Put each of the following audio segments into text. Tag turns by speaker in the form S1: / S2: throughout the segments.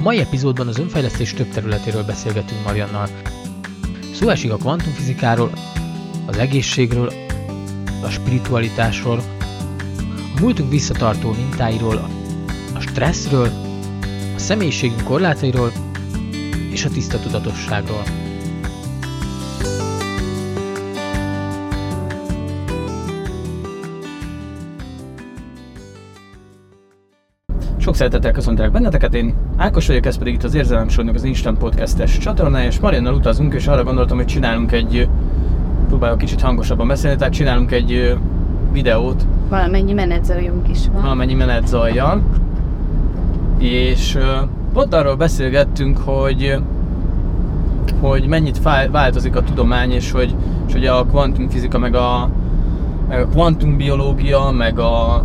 S1: mai epizódban az önfejlesztés több területéről beszélgetünk Mariannal. Szó esik a kvantumfizikáról, az egészségről, a spiritualitásról, a múltunk visszatartó mintáiról, a stresszről, a személyiségünk korlátairól és a tiszta tudatosságról.
S2: Sok szeretettel köszöntelek benneteket, én Ákos vagyok, ez pedig itt az Érzelemsornak az Instant Podcast-es csatornája, és Mariannal utazunk, és arra gondoltam, hogy csinálunk próbálok kicsit hangosabban beszélni, tehát csinálunk egy videót.
S3: Valamennyi menetzaljunk is van.
S2: Valamennyi menetzaljal. És ott arról beszélgettünk, hogy mennyit változik a tudomány, és hogy a kvantumfizika, meg a kvantumbiológia, meg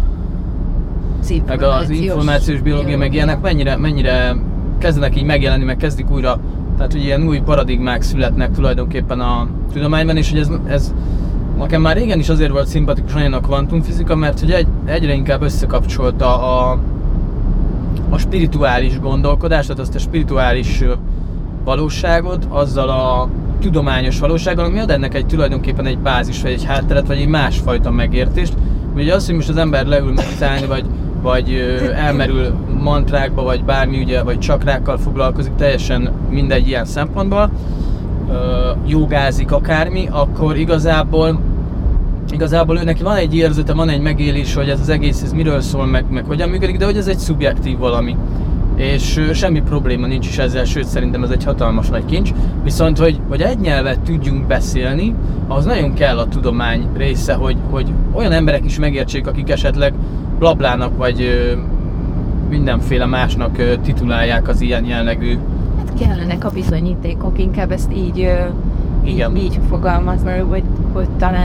S2: az információs biológia, meg ilyenek mennyire kezdenek így megjelenni, meg kezdik újra, tehát hogy ilyen új paradigmák születnek tulajdonképpen a tudományban, és hogy ez nekem már régen is azért volt szimpatikus nagyon a kvantumfizika, mert hogy egyre inkább összekapcsolta a spirituális gondolkodást, tehát azt a spirituális valóságot azzal a tudományos valósággal, ami ad ennek tulajdonképpen egy bázis, vagy egy hátteret, vagy egy másfajta megértést. Ugye az, hogy most az ember leül meditálni, vagy elmerül mantrákba, vagy bármi, ugye, vagy csakrákkal foglalkozik, teljesen mindegy ilyen szempontból, jogázik akármi, akkor igazából ő neki van egy érzete, van egy megélés, hogy ez az egész ez miről szól, meg hogyan működik, de hogy ez egy szubjektív valami. És semmi probléma nincs is ezzel, sőt szerintem ez egy hatalmas nagy kincs. Viszont, hogy egy nyelvet tudjunk beszélni, ahhoz nagyon kell a tudomány része, hogy olyan emberek is megértsék, akik esetleg blablának, vagy mindenféle másnak titulálják az ilyen jellegű.
S3: Hát kellenek a bizonyítékok, inkább ezt így fogalmazni, hogy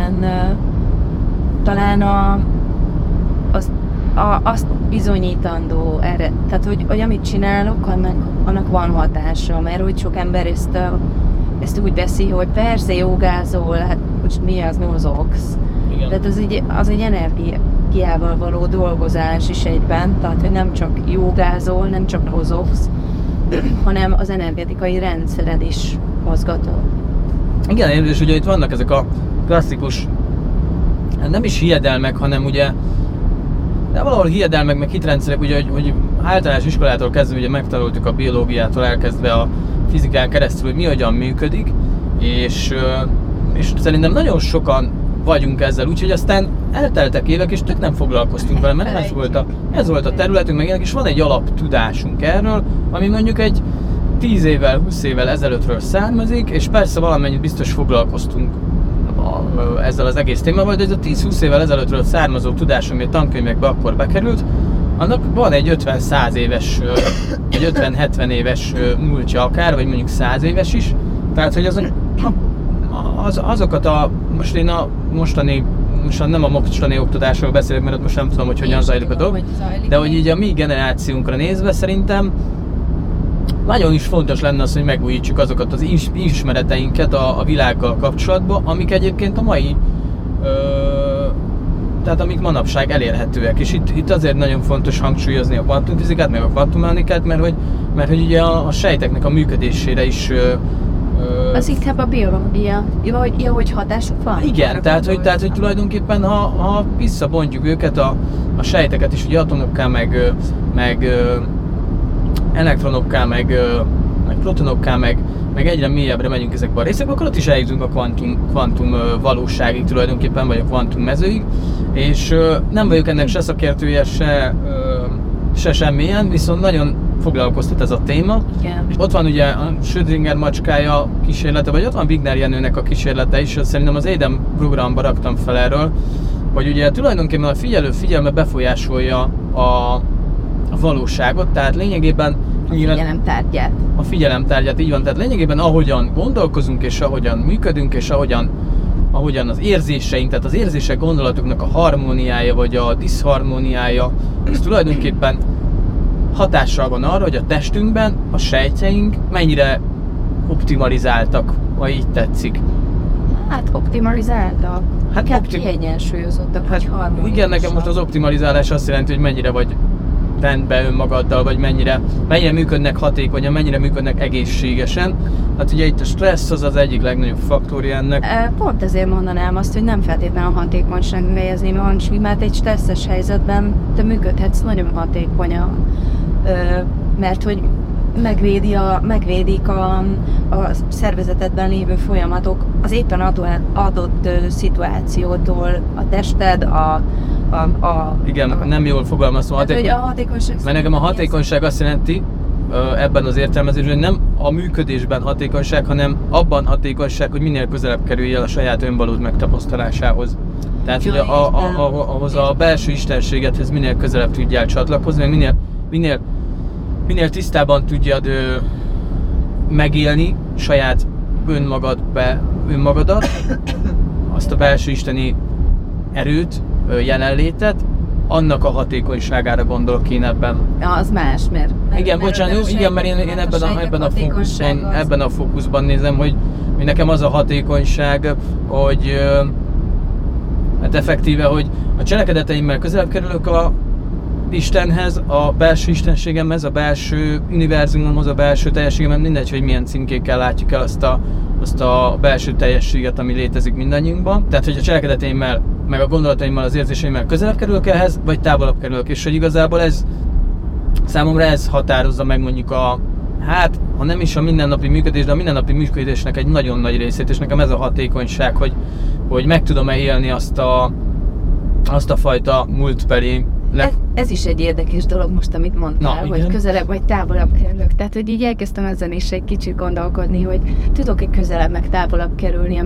S3: talán azt bizonyítandó erre, tehát hogy amit csinálok, annak van hatása, mert hogy sok ember ezt úgy veszi, hogy persze jogázol, hát most mi az mozogsz.
S2: Igen.
S3: Tehát az egy energiával való dolgozás is egyben, tehát hogy nem csak jogázol, nem csak mozogsz, hanem az energetikai rendszered is mozgató.
S2: Igen, és ugye itt vannak ezek a klasszikus, nem is hiedelmek, hanem ugye de valahol hiedelmek, meg hitrendszerek, ugye, hogy általános iskolától kezdve ugye megtanultuk a biológiától elkezdve a fizikán keresztül, hogy mi hogyan működik, és szerintem nagyon sokan vagyunk ezzel, úgyhogy aztán elteltek évek, és tök nem foglalkoztunk vele, mert ez volt a területünk, meg és van egy alaptudásunk erről, ami mondjuk egy 10 évvel, 20 évvel ezelőttről származik, és persze valamennyit biztos foglalkoztunk ezzel az egész témával, de ez a 10-20 évvel ezelőttről származó tudás, ami a tankönyvekbe akkor bekerült, annak van egy 50-100 éves, egy 50-70 éves múltja akár, vagy mondjuk 100 éves is. Tehát, hogy azokat most nem a mostani oktatásról beszélek, mert most nem tudom, hogy hogyan zajlik a dolog, de hogy így a mi generációnkra nézve szerintem nagyon is fontos lenne az, hogy megújítsuk azokat az ismereteinket a világgal kapcsolatban, amik egyébként a mai, tehát amik manapság elérhetőek. És itt azért nagyon fontos hangsúlyozni a kvantumfizikát, meg a kvantummechanikát, mert hogy ugye a sejteknek a működésére is...
S3: Az inkább a biológia, hogy hatásuk van.
S2: Igen, tehát hogy tulajdonképpen ha visszabontjuk őket, a sejteket is, ugye atomokká, meg elektronokká, meg protonokká, meg egyre mélyebbre megyünk ezekbe a részekbe, akkor ott is eljutunk a kvantum valóságig tulajdonképpen, vagy a kvantum mezőig, és nem vagyok ennek se szakértője, se semmilyen, viszont nagyon foglalkoztat ez a téma.
S3: Igen.
S2: És ott van ugye a Schrödinger macskája kísérlete, vagy ott van Wigner Jenőnek a kísérlete is, szerintem az Eden programba raktam fel erről, hogy ugye tulajdonképpen a figyelme befolyásolja a valóságot, tehát lényegében
S3: a
S2: figyelemtárgyát, így van, tehát lényegében ahogyan gondolkozunk, és ahogyan működünk, és ahogyan az érzéseink, tehát az érzések gondolatoknak a harmóniája, vagy a diszharmóniája, ez tulajdonképpen hatással van arra, hogy a testünkben a sejtjeink mennyire optimalizáltak, ha így tetszik.
S3: Hát optimalizáltak. Kiegyensúlyozottak, vagy harmonikusak.
S2: Igen, nekem most az optimalizálás azt jelenti, hogy mennyire vagy rendben önmagaddal, vagy mennyire működnek hatékonyan, mennyire működnek egészségesen. Hát ugye itt a stressz az egyik legnagyobb faktorja ennek.
S3: Pont ezért mondanám azt, hogy nem feltétlenül a hatékonyságra helyezném a hangsúlyt, mert egy stresszes helyzetben te működhetsz nagyon hatékonyan, mert hogy megvédik a szervezetedben lévő folyamatok az éppen adott szituációtól, a tested,
S2: Igen, nem jól fogalmaztam.
S3: Hát, a hatékonyság.
S2: Mert nekem a hatékonyság azt jelenti, ebben az értelmezésben, hogy nem a működésben hatékonyság, hanem abban hatékonyság, hogy minél közelebb kerüljél a saját önvalód megtapasztalásához. Tehát, hogy ahhoz a belső istenségedhez minél közelebb tudjál csatlakozni, minél tisztában tudjad megélni saját önmagadat, azt a belső isteni erőt, jelenlétet, annak a hatékonyságára gondolok én ebben.
S3: Ja, az más, mert...
S2: Igen, bocsánat, igen, mert én ebben a fókuszban nézem, hogy nekem az a hatékonyság, hogy hát effektíve, hogy a cselekedeteimmel közelebb kerülök a Istenhez, a belső istenségemhez, a belső univerzumomhoz, a belső teljességemhez, mindegy, hogy milyen címkékkel látjuk el azt a belső teljességet, ami létezik mindannyiunkban. Tehát, hogy a cselekedeteimmel, meg a gondolataimmal, az érzéseimmel közelebb kerülök ehhez, vagy távolabb kerülök, és hogy igazából számomra ez határozza meg mondjuk ha nem is a mindennapi működés, de a mindennapi működésnek egy nagyon nagy részét, és nekem ez a hatékonyság, hogy meg tudom-e élni azt a fajta múltbeli
S3: Ez is egy érdekes dolog most, amit mondtál, hogy közelebb vagy távolabb kerülök. Tehát, hogy így elkezdtem ezen is egy kicsit gondolkodni, hogy tudok-e közelebb meg távolabb kerülni,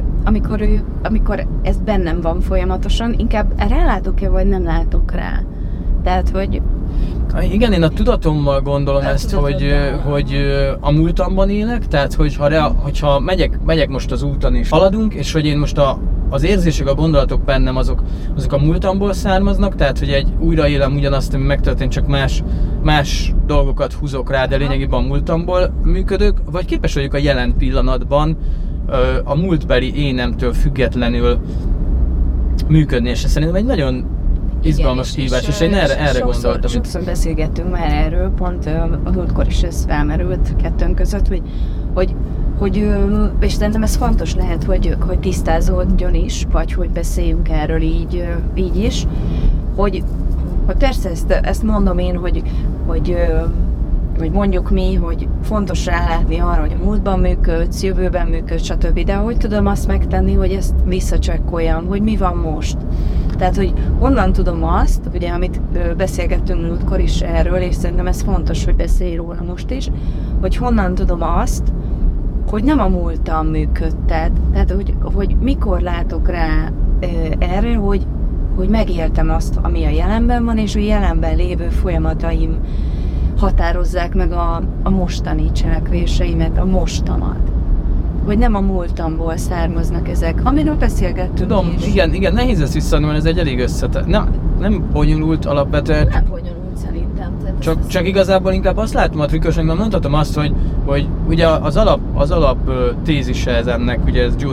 S3: amikor ez bennem van folyamatosan, inkább rálátok-e, vagy nem látok rá. Tehát, hogy...
S2: Igen, én a tudatommal gondolom ezt, hogy a múltamban élek, tehát hogyha megyek most az úton és haladunk, és hogy én most az érzések, a gondolatok bennem azok a múltamból származnak, tehát hogy újra élem ugyanazt, ami megtörtént, csak más dolgokat húzok rá, de lényegében a múltamból működök, vagy képes vagyok a jelen pillanatban a múltbeli énemtől függetlenül működni, és szerintem egy nagyon izgalmas kihívás, és én erre gondoltam.
S3: Sokszor beszélgettünk már erről, pont a múltkor is ez felmerült kettőnk között, hogy és szerintem ez fontos lehet, hogy tisztázódjon is, vagy hogy beszéljünk erről így is, hogy persze ezt mondom én, hogy mondjuk mi, hogy fontos rálátni arra, hogy a múltban működsz, jövőben működsz, stb. De hogy tudom azt megtenni, hogy ezt visszacsekkoljam, hogy mi van most. Tehát, hogy honnan tudom azt, ugye, amit beszélgettünk múltkor is erről, és szerintem ez fontos, hogy beszélj róla most is, hogy honnan tudom azt, hogy nem a múltam működtet, tehát, hogy mikor látok rá erre, hogy megéltem azt, ami a jelenben van, és a jelenben lévő folyamataim határozzák meg a mostani cselekvéseimet, a mostamat. Hogy nem a múltamból származnak ezek, amiről beszélgettünk.
S2: Tudom,
S3: is.
S2: Igen, nehéz ezt visszaadni, mert ez egy elég összetett. Nem bonyolult alapvetően.
S3: Nem bonyolult szerintem.
S2: Csak igazából inkább azt látom a trükkösnek, nem mondhatom azt, hogy ugye az alap tézise ez ennek, ugye ez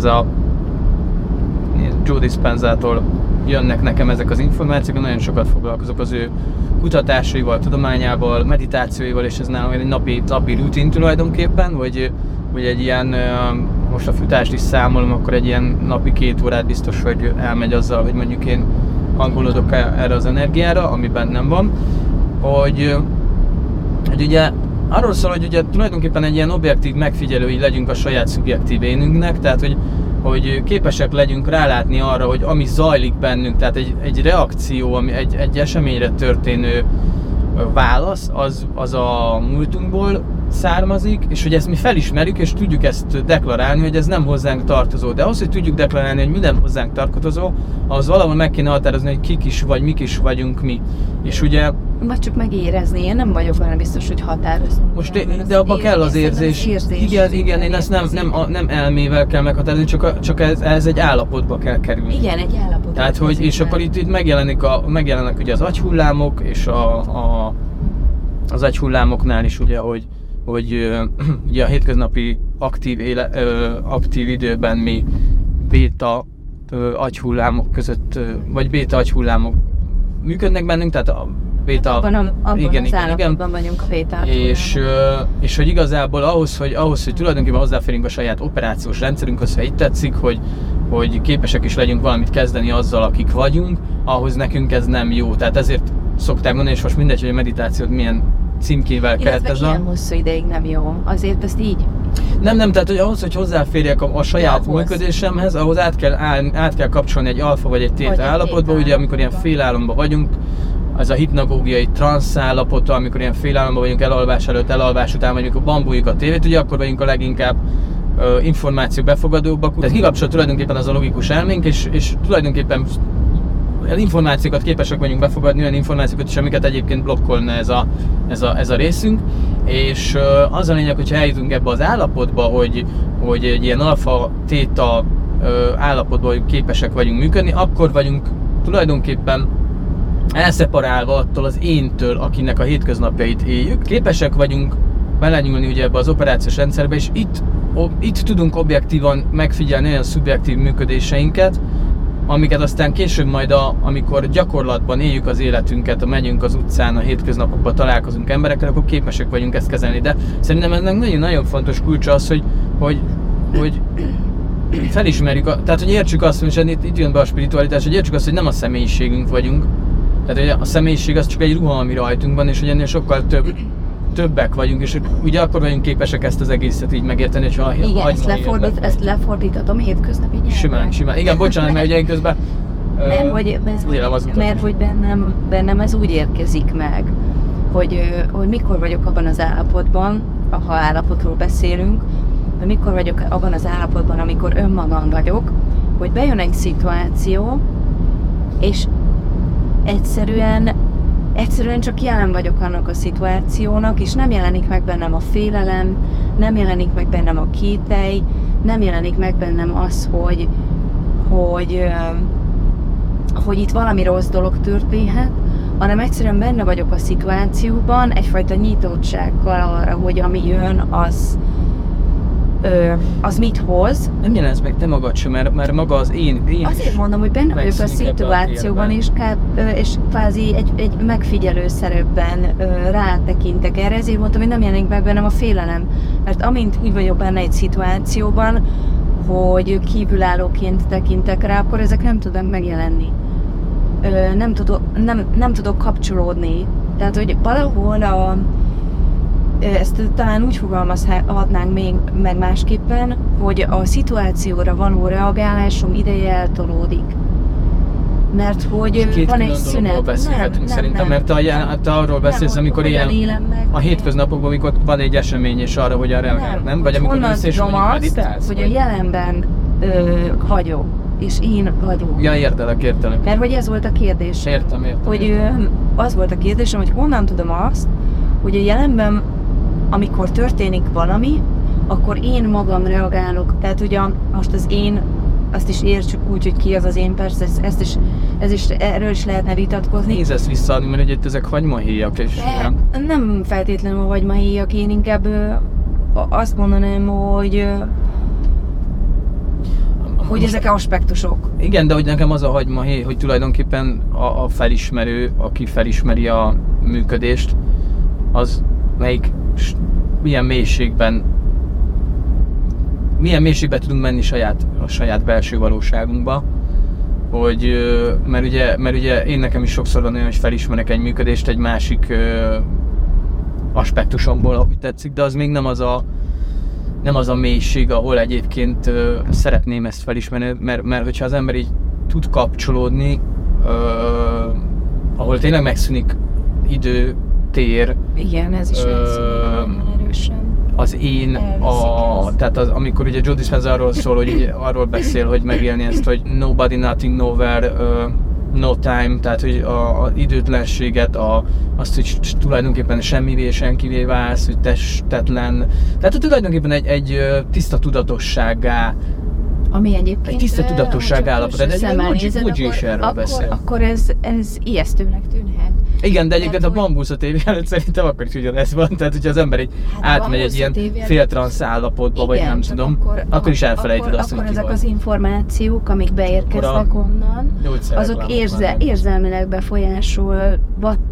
S2: Joe Dispenza-tól jönnek nekem ezek az információk, nagyon sokat foglalkozok az ő kutatásaival, tudományával, meditációival, és ez nálam egy napi rutin tulajdonképpen, hogy egy ilyen, most a futást is számolom, akkor egy ilyen napi 2 órát biztos, hogy elmegy azzal, hogy mondjuk én hangolódok erre az energiára, ami bennem van, hogy ugye arról szól, hogy ugye tulajdonképpen egy ilyen objektív megfigyelői legyünk a saját szubjektív énünknek, tehát hogy képesek legyünk rálátni arra, hogy ami zajlik bennünk, tehát egy reakció, ami egy eseményre történő válasz, az a múltunkból származik, és hogy ezt mi felismerjük, és tudjuk ezt deklarálni, hogy ez nem hozzánk tartozó. De ahhoz, hogy tudjuk deklarálni, hogy mi nem hozzánk tartozó, ahhoz valahol meg kéne határozni, hogy kik is vagy, mik is vagyunk mi. És ugye...
S3: Vagy csak megérezni, én nem vagyok olyan biztos, hogy határozni.
S2: De abban kell az érzés. Igen, én ezt nem elmével kell meghatározni, csak ez egy állapotba kell kerülni.
S3: Igen, egy állapotba.
S2: Tehát, hogy, és akkor itt megjelennek ugye az agyhullámok, és az agyhullámoknál is ugye, hogy ugye a hétköznapi aktív időben mi béta agyhullámok között, vagy béta agyhullámok működnek bennünk, tehát béta.
S3: Abban az állapotban vagyunk a béta.
S2: És hogy igazából ahhoz, hogy tulajdonképpen hozzáférjünk a saját operációs rendszerünkhöz, ha így tetszik, hogy képesek is legyünk valamit kezdeni azzal, akik vagyunk, ahhoz nekünk ez nem jó. Tehát ezért szokták mondani, és most mindegy, hogy a meditációt milyen címkével kellett ez
S3: ilyen hosszú ideig nem jó. Azért ezt így.
S2: Nem, tehát hogy ahhoz, hogy hozzáférjek a saját működésemhez, ahhoz át kell kapcsolni egy alfa vagy egy téta állapotba, ugye amikor ilyen félálomban vagyunk, az a hipnagógiai transz állapota, amikor ilyen félálomban vagyunk elalvás előtt, elalvás után, vagy amikor bambuljuk a tévét, ugye akkor vagyunk a leginkább információ befogadóbbak. Tehát kikapcsol tulajdonképpen az a logikus elménk, és tulajdonképpen információkat képesek vagyunk befogadni, olyan információkat is, amiket egyébként blokkolna ez a részünk. És az a lényeg, hogyha eljutunk ebbe az állapotba, hogy egy ilyen alfa-téta állapotban képesek vagyunk működni, akkor vagyunk tulajdonképpen elszeparálva attól az éntől, akinek a hétköznapjait éljük. Képesek vagyunk belenyúlni ugye ebbe az operációs rendszerbe, és itt tudunk objektívan megfigyelni olyan szubjektív működéseinket, amiket aztán később majd, amikor gyakorlatban éljük az életünket, megyünk az utcán, a hétköznapokban találkozunk emberekkel, akkor képesek vagyunk ezt kezelni. De szerintem ennek nagyon-nagyon fontos kulcsa az, hogy felismerjük, tehát hogy értsük azt, és itt jön be a spiritualitás, hogy értsük azt, hogy nem a személyiségünk vagyunk. Tehát hogy a személyiség az csak egy ruha, ami rajtunk van, és hogy ennél sokkal többek vagyunk, és ugye akkor vagyunk képesek ezt az egészet így megérteni, hogy
S3: igen, ezt lefordíthatom hétköznapi nyelven.
S2: Simán. Igen, bocsánat, mert ugye én közben...
S3: Mert hogy bennem ez úgy érkezik meg, hogy mikor vagyok abban az állapotban, ha állapotról beszélünk, hogy mikor vagyok abban az állapotban, amikor önmagam vagyok, hogy bejön egy szituáció, és egyszerűen csak jelen vagyok annak a szituációnak, és nem jelenik meg bennem a félelem, nem jelenik meg bennem a kételj, nem jelenik meg bennem az, hogy itt valami rossz dolog történhet, hanem egyszerűen benne vagyok a szituációban, egyfajta nyitottsággal arra, hogy ami jön, az mit hoz.
S2: Nem jelensz meg te magad sem, mert maga az én
S3: azért mondom, hogy benne vagyok a szituációban, és kvázi egy megfigyelő szerepben rátekintek erre, ezért mondtam, hogy nem jelenik meg bennem a félelem. Mert amint úgy vagyok benne egy szituációban, hogy kívülállóként tekintek rá, akkor ezek nem tudnak megjelenni. Nem tudok kapcsolódni. Tehát, hogy valahol ezt talán úgy fogalmazhatnánk még meg másképpen, hogy a szituációra való reagálásom ideje eltolódik. Mert hogy van egy szünet.
S2: Beszélhetünk szerintem, mert te arról beszélsz, amikor ilyen a hétköznapokban, amikor van egy esemény, és arra hogyan reagálnak, nem? Vagy amikor ülsz és meditálsz?
S3: Hogy a jelenben vagyok, és én vagyok.
S2: Ja, értelek.
S3: Mert hogy ez volt a kérdés.
S2: Értem.
S3: Hogy az volt a kérdésem, hogy honnan tudom azt, hogy a jelenben, amikor történik valami, akkor én magam reagálok. Tehát ugye most az én, azt is értsük úgy, hogy ki az az én, persze erről is lehetne vitatkozni.
S2: Nézd ezt visszaadni, mert ugye ezek hagymahéjak és...
S3: Nem feltétlenül a hagymahéjak, én inkább azt mondanám, hogy ezek aspektusok.
S2: Igen, de hogy nekem az a hagymahéj, hogy tulajdonképpen a felismerő, aki felismeri a működést, az milyen mélységben tudunk menni a saját belső valóságunkba, mert ugye én nekem is sokszor van olyan, hogy felismerek egy működést egy másik aspektusomból, ahogy tetszik, de az még nem az a mélység, ahol egyébként szeretném ezt felismerni, mert hogyha az ember így tud kapcsolódni, ahol tényleg megszűnik idő, tér.
S3: Igen, ez is erősen.
S2: Az én, tehát amikor ugye Joe Dispenza arról beszél, hogy megélni ezt, hogy nobody, nothing, nowhere, no time, tehát hogy az időtlenséget, azt, hogy tulajdonképpen semmivé, senkivé válsz, hogy testetlen. Tehát tulajdonképpen egy tiszta tudatossággá,
S3: ami egyébként...
S2: Egy tiszta tudatosság állapot, de egy is erről beszél.
S3: Akkor ez ijesztőnek tűnhet.
S2: Igen, de egyébként a bambusz a tévé előtt szerintem akkor is ugyanez van, tehát hogyha az ember átmegy egy ilyen féltransz állapotba, vagy nem tudom, akkor is elfelejted azt, hogy
S3: akkor ezek az információk, amik beérkeznek onnan, azok érzelmileg befolyásolva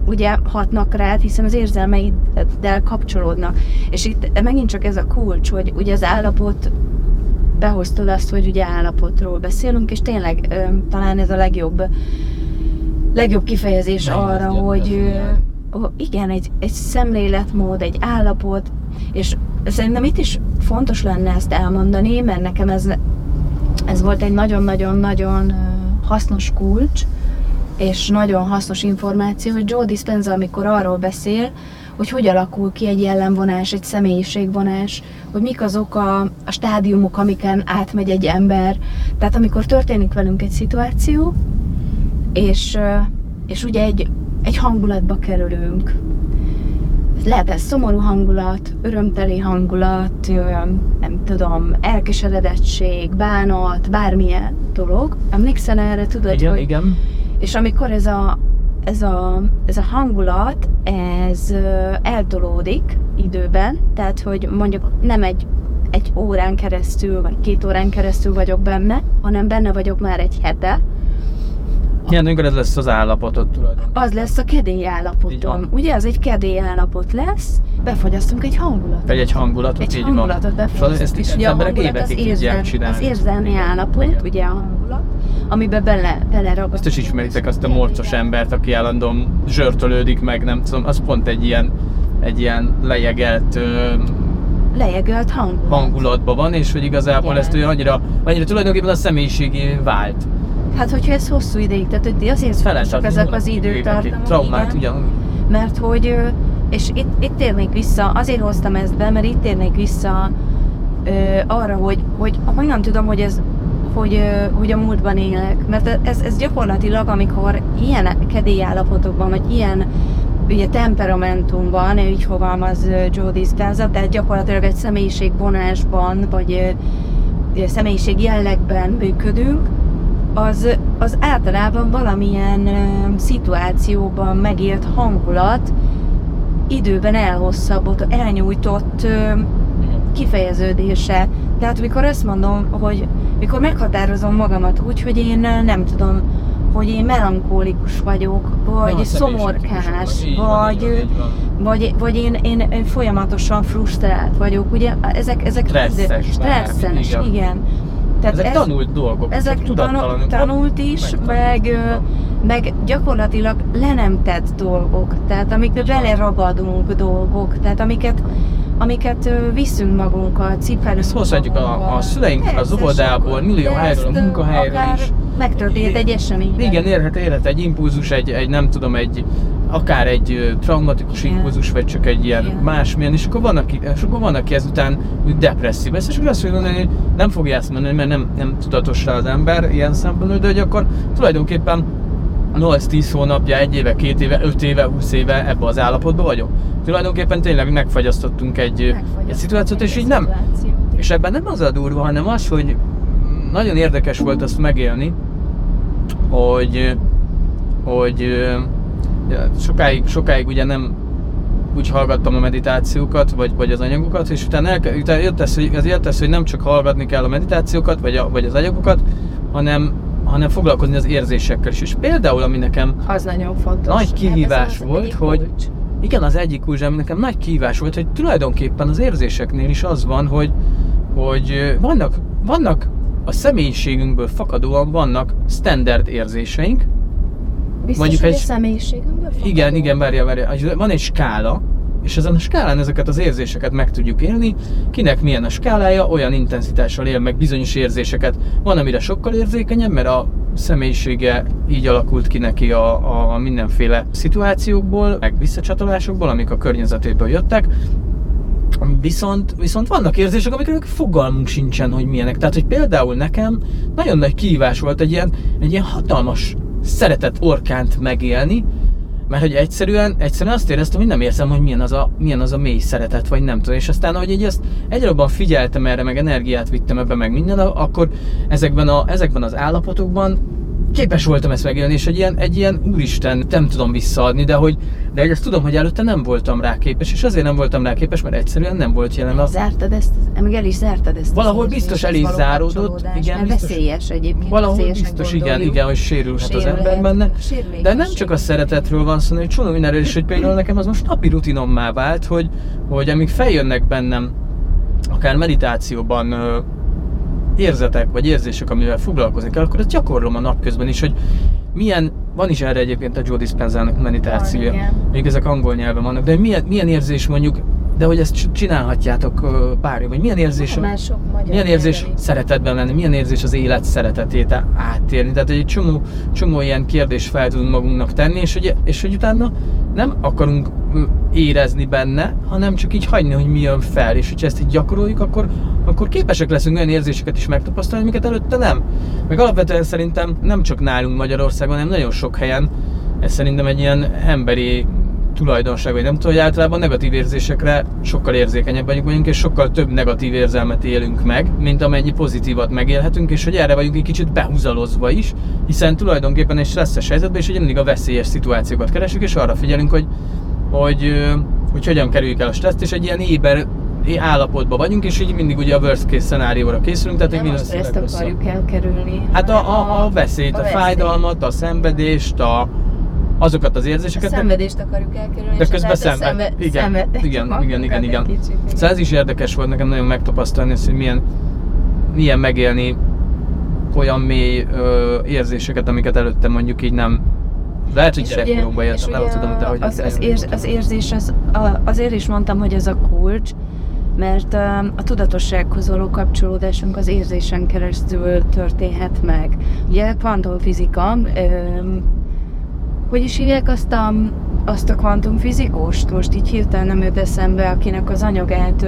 S3: ugye hatnak rád, hiszen az érzelmeiddel kapcsolódnak. És itt megint csak ez a kulcs, hogy ugye az állapot, behoztad azt, hogy ugye állapotról beszélünk, és tényleg talán ez a legjobb kifejezés arra, hogy igen, egy szemléletmód, egy állapot, és szerintem itt is fontos lenne ezt elmondani, mert nekem ez volt egy nagyon-nagyon-nagyon hasznos kulcs, és nagyon hasznos információ, hogy Joe Dispenza, amikor arról beszél, hogy alakul ki egy jellemvonás, egy személyiségvonás, hogy mik azok a stádiumok, amiken átmegy egy ember. Tehát amikor történik velünk egy szituáció, és ugye egy hangulatba kerülünk. Lehet ez szomorú hangulat, örömteli hangulat, nem tudom, elkeseredettség, bánat, bármilyen dolog. Emlékszel erre, tudod,
S2: igen,
S3: hogy...
S2: Igen.
S3: És amikor ez a hangulat, ez eltolódik időben, tehát hogy mondjuk nem egy órán keresztül, vagy 2 órán keresztül vagyok benne, hanem benne vagyok már egy hete.
S2: Igen, amikor ez lesz az állapotod tulajdonképpen.
S3: Az lesz a kedély állapotom. Ugye, az egy kedély állapot lesz, befogyasztunk egy hangulatot.
S2: Egy hangulatot, így
S3: hangulatot befogyasztunk.
S2: Ezt
S3: és
S2: az
S3: ugye
S2: emberek évekig tudják csinálni.
S3: Az érzelmi állapot, ugye a hangulat, amiben beleragad.
S2: Azt is ismeritek, azt a morcos embert, aki állandóan zsörtölődik meg, nem tudom, az pont egy ilyen lejegelt hangulatban van, és hogy igazából ezt olyan annyira tulajdonképpen a személyiségé vált.
S3: Hát, hogyha ez hosszú ideig, tehát azért fontosak ezek az időtartamok.
S2: Traumát ugyanúgy.
S3: Mert hogy, és itt térnék vissza, azért hoztam ezt be, mert itt térnék vissza arra, hogy nem tudom, hogy a múltban élek. Mert ez gyakorlatilag, amikor ilyen kedélyállapotokban, vagy ilyen ugye temperamentumban, így fogalmaz Joe Dispenza, tehát gyakorlatilag egy személyiségvonásban, vagy személyiség jellegben működünk, az általában valamilyen szituációban megélt hangulat időben elnyújtott kifejeződése. Tehát mikor azt mondom, hogy mikor meghatározom magamat úgy, hogy én nem tudom, hogy én melankólikus vagyok, vagy szomorkás, vagy én folyamatosan frusztrált vagyok, ugye ezek stresszenes, igen. Tehát
S2: ezek tanult dolgok,
S3: ezek tanult is, meg gyakorlatilag le nem tett dolgok, tehát amikbe beleragadunk dolgok, tehát amiket viszünk magunkkal, cipelünk.
S2: Ezt hozhatjuk a szüleink az óvodából, millió helyről, a munkahelyről is.
S3: Megtörtént egy esemény.
S2: Igen, érhet egy impulzus, egy nem tudom, akár egy traumatikus impulzus, vagy csak egy ilyen másmilyen, és akkor van, aki ezután depresszív lesz, és akkor azt mondani, hogy nem fogja ezt mondani, mert nem tudatos rá az ember ilyen szempontból, de hogy akkor tulajdonképpen 8-10 hónapja, 1 éve, 2 éve, 5 éve, 20 éve ebbe az állapotban vagyok. Tulajdonképpen tényleg megfagyasztottunk egy szituációt, és így nem. És ebben nem az a durva, hanem az, hogy nagyon érdekes volt azt megélni, hogy sokáig ugye nem úgy hallgattam a meditációkat, vagy az anyagokat, és utána jött ez, hogy nem csak hallgatni kell a meditációkat, vagy az anyagokat, hanem foglalkozni az érzésekkel is. És például, ami nekem
S3: az nagyon fontos.
S2: Nagy kihívás volt, hogy igen, az egyik kulcs, ami nekem nagy kihívás volt, hogy tulajdonképpen az érzéseknél is az van, hogy vannak a személyiségünkből fakadóan vannak standard érzéseink.
S3: Biztos, hogy a személyiségünkből fakadóan?
S2: Igen, várja. Van egy skála, és ezen a skálán ezeket az érzéseket meg tudjuk élni. Kinek milyen a skálája, olyan intenzitással él meg bizonyos érzéseket. Van, amire sokkal érzékenyebb, mert a személyisége így alakult ki neki a mindenféle szituációkból, meg visszacsatolásokból, amik a környezetéből jöttek. Viszont vannak érzések, amikről fogalmunk sincsen, hogy milyenek. Tehát, hogy például nekem nagyon nagy kihívás volt egy ilyen hatalmas szeretet orkánt megélni, mert hogy egyszerűen azt éreztem, hogy nem érzem, hogy milyen az a mély szeretet, vagy nem tudom. És aztán, ahogy így ezt egyre jobban figyeltem erre, meg energiát vittem ebbe, meg minden, akkor ezekben az állapotokban képes voltam ezt megélni, és egy ilyen úristen, nem tudom visszaadni, de hogy ezt tudom, hogy előtte nem voltam rá képes, és azért nem voltam rá képes, mert egyszerűen nem volt jelen a...
S3: Zártad ezt, meg el is zártad ezt.
S2: Valahol biztos el is záródott, igen,
S3: mert
S2: biztos.
S3: Veszélyes egyébként.
S2: Valahol biztos, igen, hogy sérülhet az ember benne. De nem csak a szeretetről van szó, hanem egy csomó mindenről is, hogy például nekem az most napi rutinommá vált, hogy amíg feljönnek bennem, akár meditációban érzetek vagy érzések, amivel foglalkozni kell, akkor ezt gyakorlom a napközben is, hogy milyen, van is erre egyébként a Joe Dispenzának meditációja, még ezek angol nyelven vannak, de milyen érzés mondjuk, de hogy ezt csinálhatjátok bármi, vagy milyen érzés szeretetben lenni, milyen érzés az élet szeretetét áttérni, tehát egy csomó ilyen kérdést fel tudunk magunknak tenni, és hogy utána nem akarunk érezni benne, hanem csak így hagyni, hogy mi jön fel, és hogyha ezt így gyakoroljuk, akkor képesek leszünk olyan érzéseket is megtapasztalni, amiket előtte nem. Meg alapvetően szerintem nem csak nálunk Magyarországon, hanem nagyon sok helyen, ez szerintem egy ilyen emberi tulajdonság, vagy nem tudom, hogy általában negatív érzésekre sokkal érzékenyebb vagyunk, és sokkal több negatív érzelmet élünk meg, mint amennyi pozitívat megélhetünk, és hogy erre vagyunk egy kicsit behúzalozva is, hiszen tulajdonképpen egy stresszes helyzetben is mindig a veszélyes szituációkat keresünk, és arra figyelünk, hogy hogyan kerüljük el a stresszt, és egy ilyen éber állapotban vagyunk, és így mindig ugye a worst case szenárióra készülünk, tehát
S3: nem most ezt akarjuk elkerülni.
S2: Hát a veszélyt, a fájdalmat, a szenvedést, azokat az érzéseket.
S3: A szenvedést akarjuk elkerülni,
S2: de közben igen. Szóval ez is érdekes volt nekem nagyon megtapasztalni, hogy milyen megélni olyan mély érzéseket, amiket előtte mondjuk így nem. Lehet, hogy gyerekkoromban éltem, nem tudom, de hogy...
S3: Az érzés, azért is mondtam, hogy ez a kulcs, mert a tudatossághoz való kapcsolódásunk az érzésen keresztül történhet meg. Ugye kvantumfizika, hogy is hívják azt a kvantumfizikust? Most így hirtelen nem jut eszembe, akinek az anyagát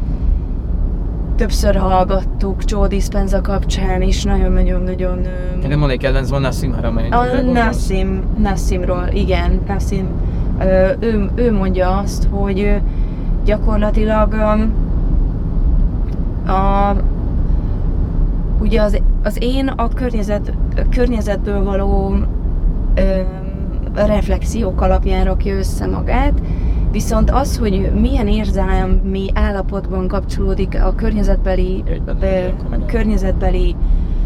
S3: többször hallgattuk Joe Dispenza kapcsán is, nagyon-nagyon...
S2: Nekem van egy kedvenc, van Nassim Haramein.
S3: Nassimról, igen, Nassim. Ő mondja azt, hogy gyakorlatilag ugye az én a környezetből való reflexiók alapján rakja össze magát, viszont az, hogy milyen érzelmi állapotban kapcsolódik a környezetbeli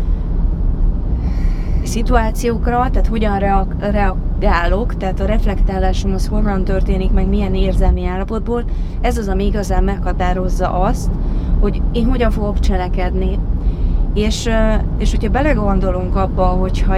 S3: szituációkra, tehát hogyan reagálok, tehát a reflektálásom az honnan történik, meg milyen érzelmi állapotból, ez az, ami igazán meghatározza azt, hogy én hogyan fogok cselekedni. És hogyha belegondolunk abba, hogyha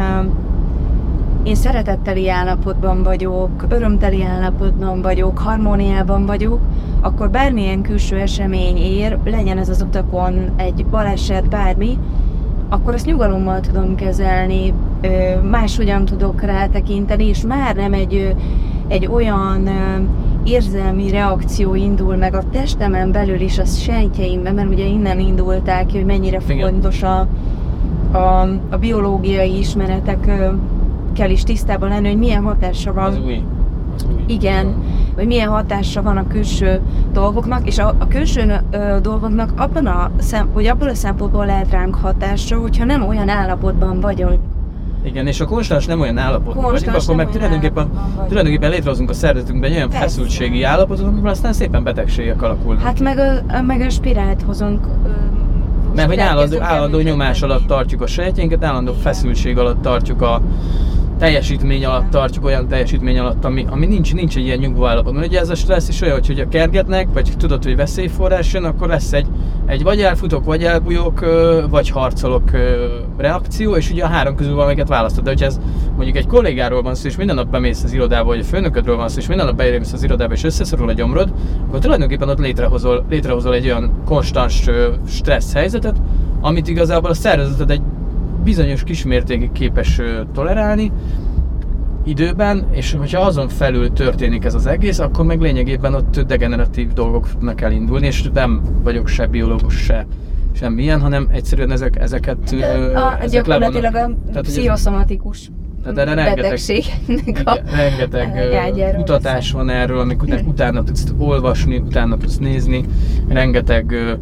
S3: én szeretetteli állapotban vagyok, örömteli állapotban vagyok, harmóniában vagyok, akkor bármilyen külső esemény ér, legyen ez az utakon egy baleset, bármi, akkor azt nyugalommal tudom kezelni, máshogyan tudok rátekinteni, és már nem egy olyan érzelmi reakció indul meg a testemen belül is, a sejtjeimben, mert ugye innen indulták ki, hogy mennyire fontos a biológiai ismeretekkel is tisztában lenni, hogy milyen hatása van.
S2: Az új.
S3: Igen, hogy milyen hatása van a külső dolgoknak, és a külső dolgoknak abban a szempontból lehet ránk hatása, hogyha nem olyan állapotban vagyok.
S2: Igen, és a konstans nem olyan állapotban vagyunk, akkor meg tulajdonképpen létrehozunk a szervezetünkben egy olyan feszültségi állapotot, amiben aztán szépen betegségek alakulnak.
S3: Hát meg a spirált hozunk.
S2: Mert hogy állandó nyomás alatt tartjuk a sejtjeinket, állandó feszültség alatt tartjuk a teljesítmény alatt tartjuk, olyan teljesítmény alatt, ami nincs egy ilyen nyugvó állapotban. Ugye ez a stressz is olyan, hogyha kergetnek, vagy tudod, hogy veszélyforrás jön, akkor lesz egy vagy elfutok, vagy elbújok, vagy harcolok reakció, és ugye a három közül valamelyiket választod. De hogyha ez mondjuk egy kollégáról van szó, és minden nap bemész az irodába, vagy a főnöködről van szó, és minden nap beérsz az irodába, és összeszorul a gyomrod, akkor tulajdonképpen ott létrehozol egy olyan konstans stressz helyzetet, amit igazából a szervezeted egy bizonyos kismértékig képes tolerálni időben, és hogyha azon felül történik ez az egész, akkor meg lényegében ott degeneratív dolgok tudnak elindulni, és nem vagyok se biológus, se semmilyen, hanem egyszerűen ezeket
S3: gyakorlatilag a pszichoszomatikus betegségnek
S2: rengeteg kutatás van erről, amik utána tudsz olvasni, utána tudsz nézni, rengeteg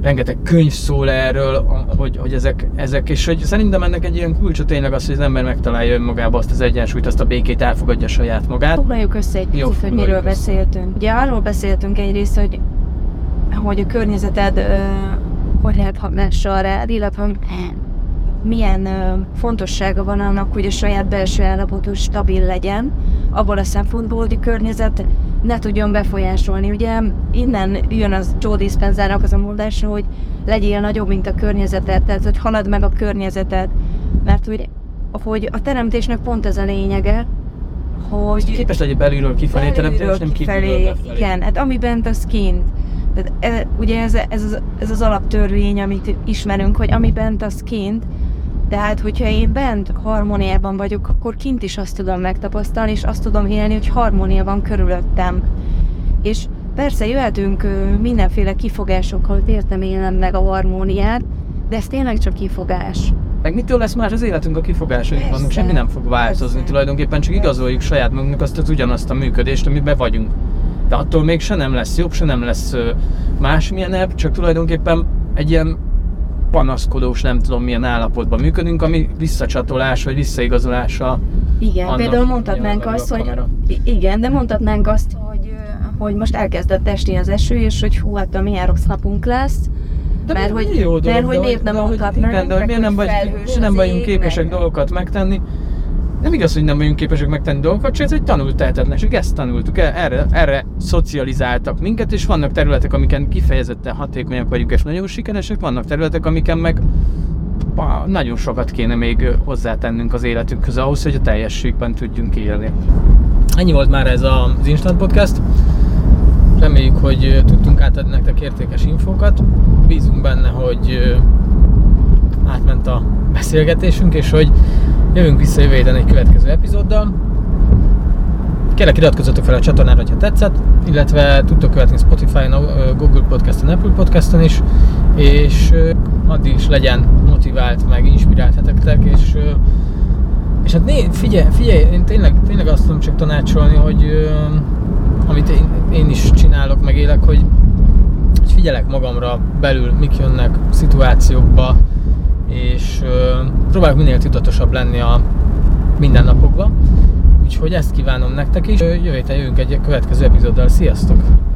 S2: rengeteg könyv szól erről, hogy ezek, és hogy szerintem ennek egy ilyen kulcsa tényleg az, hogy az ember megtalálja önmagába azt az egyensúlyt, azt a békét, elfogadja saját magát.
S3: Foglaljuk össze egy picit, hogy miről beszéltünk. Ugye arról beszéltünk egyrészt, hogy a környezeted hogy lehet hatással rád, illetve milyen fontossága van annak, hogy a saját belső állapotod stabil legyen, abból a szempontból, hogy a környezet ne tudjon befolyásolni. Ugye innen jön az Joe Dispenzának az a mondása, hogy legyél nagyobb, mint a környezeted, tehát hogy halad meg a környezeted, mert hogy a teremtésnek pont ez a lényege, hogy
S2: képes legyél belülről kifelé teremteni, és nem kívülről befelé.
S3: Igen, hát ami bent, az kint. Tehát ugye ez az alaptörvény, amit ismerünk, hogy ami bent, az kint. Tehát, hogyha én bent harmóniában vagyok, akkor kint is azt tudom megtapasztalni, és azt tudom élni, hogy harmónia van körülöttem. És persze jöhetünk mindenféle kifogásokkal, hogy értem élnem meg a harmóniát, de ez tényleg csak kifogás.
S2: Meg mitől lesz más az életünk, a kifogásaink vannak, semmi nem fog változni, tulajdonképpen csak igazoljuk saját magunknak azt ugyanazt a működést, amiben vagyunk. De attól még se nem lesz jobb, se nem lesz másmilyenebb, csak tulajdonképpen egy ilyen panaszkodós, nem tudom milyen állapotban működünk, ami visszacsatolás vagy visszaigazolása.
S3: Igen, például mondhatnánk azt, hogy igen, de mondhatnánk azt, hogy most elkezdett esni az eső, és hogy hú, hát milyen rossz napunk lesz.
S2: De
S3: mert hogy miért nem mondhatnánk,
S2: de hogy miért nem vagyunk képesek dolgokat megtenni. Nem igaz, hogy nem vagyunk képesek megtenni dolgokat, csak ez egy tanult tehetetlenség, ezt tanultuk, erre szocializáltak minket, és vannak területek, amiken kifejezetten hatékonyak vagyunk, és nagyon sikeresek, vannak területek, amiken meg nagyon sokat kéne még hozzátennünk az életünkhöz ahhoz, hogy a teljességben tudjunk élni. Ennyi volt már ez az Instant Podcast. Reméljük, hogy tudtunk átadni nektek értékes infókat. Bízunk benne, hogy átment a beszélgetésünk, és hogy jövünk vissza jövő héten egy következő epizóddal. Kérlek, iratkozzatok fel a csatornára, ha tetszett, illetve tudtok követni Spotify-on, Google Podcast-on, Apple Podcast-on is, és addig is legyen motivált, meg inspirált hetektek, és hát figyelj, én tényleg azt tudom csak tanácsolni, hogy amit én is csinálok, meg élek, hogy figyelek magamra belül, mik jönnek szituációkba, és próbálok minél tudatosabb lenni a mindennapokban. Úgyhogy ezt kívánom nektek is. Jövő héten jövünk egy következő epizóddal. Sziasztok!